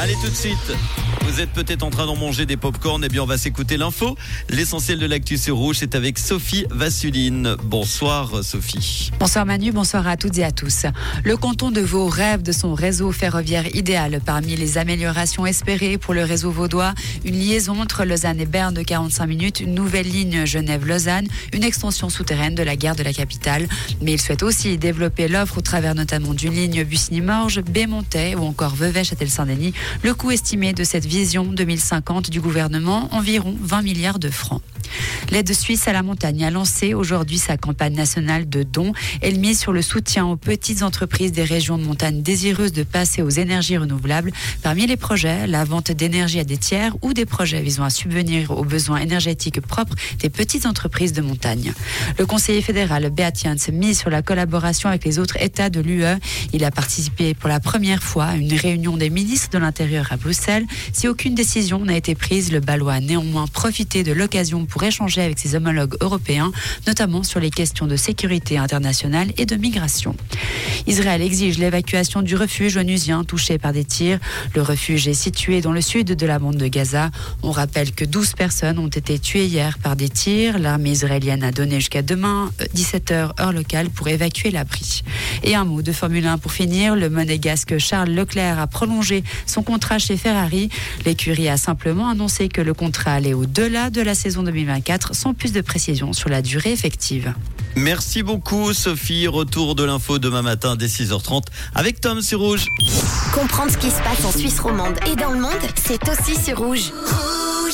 Allez, tout de suite, vous êtes peut-être en train d'en manger des pop-corn. Eh bien, on va s'écouter l'info. L'essentiel de l'actu sur Rouge, c'est avec Sophie Vassuline. Bonsoir, Sophie. Bonsoir Manu, bonsoir à toutes et à tous. Le canton de Vaud rêve de son réseau ferroviaire idéal. Parmi les améliorations espérées pour le réseau vaudois, une liaison entre Lausanne et Berne de 45 minutes, une nouvelle ligne Genève-Lausanne, une extension souterraine de la gare de la capitale. Mais il souhaite aussi développer l'offre au travers notamment d'une ligne Bussigny-Morges, Bémontais ou encore Vevey-Châtel-Saint-Denis. Le coût estimé de cette vision 2050 du gouvernement, environ 20 milliards de francs. L'aide suisse à la montagne a lancé aujourd'hui sa campagne nationale de dons. Elle mise sur le soutien aux petites entreprises des régions de montagne désireuses de passer aux énergies renouvelables. Parmi les projets, la vente d'énergie à des tiers ou des projets visant à subvenir aux besoins énergétiques propres des petites entreprises de montagne. Le conseiller fédéral Beat Jans mise sur la collaboration avec les autres États de l'UE. Il a participé pour la première fois à une réunion des ministres de l'Intérieur à Bruxelles. Si aucune décision n'a été prise, le Balois a néanmoins profité de l'occasion pour échanger avec ses homologues européens, notamment sur les questions de sécurité internationale et de migration. Israël exige l'évacuation du refuge onusien touché par des tirs. Le refuge est situé dans le sud de la bande de Gaza. On rappelle que 12 personnes ont été tuées hier par des tirs. L'armée israélienne a donné jusqu'à demain 17h heure locale pour évacuer l'abri. Et un mot de Formule 1 pour finir. Le monégasque Charles Leclerc a prolongé son contrat chez Ferrari. L'écurie a simplement annoncé que le contrat allait au-delà de la saison 2024 sans plus de précision sur la durée effective. Merci beaucoup, Sophie. Retour de l'info demain matin dès 6h30 avec Tom sur Rouge. Comprendre ce qui se passe en Suisse romande et dans le monde, c'est aussi sur Rouge.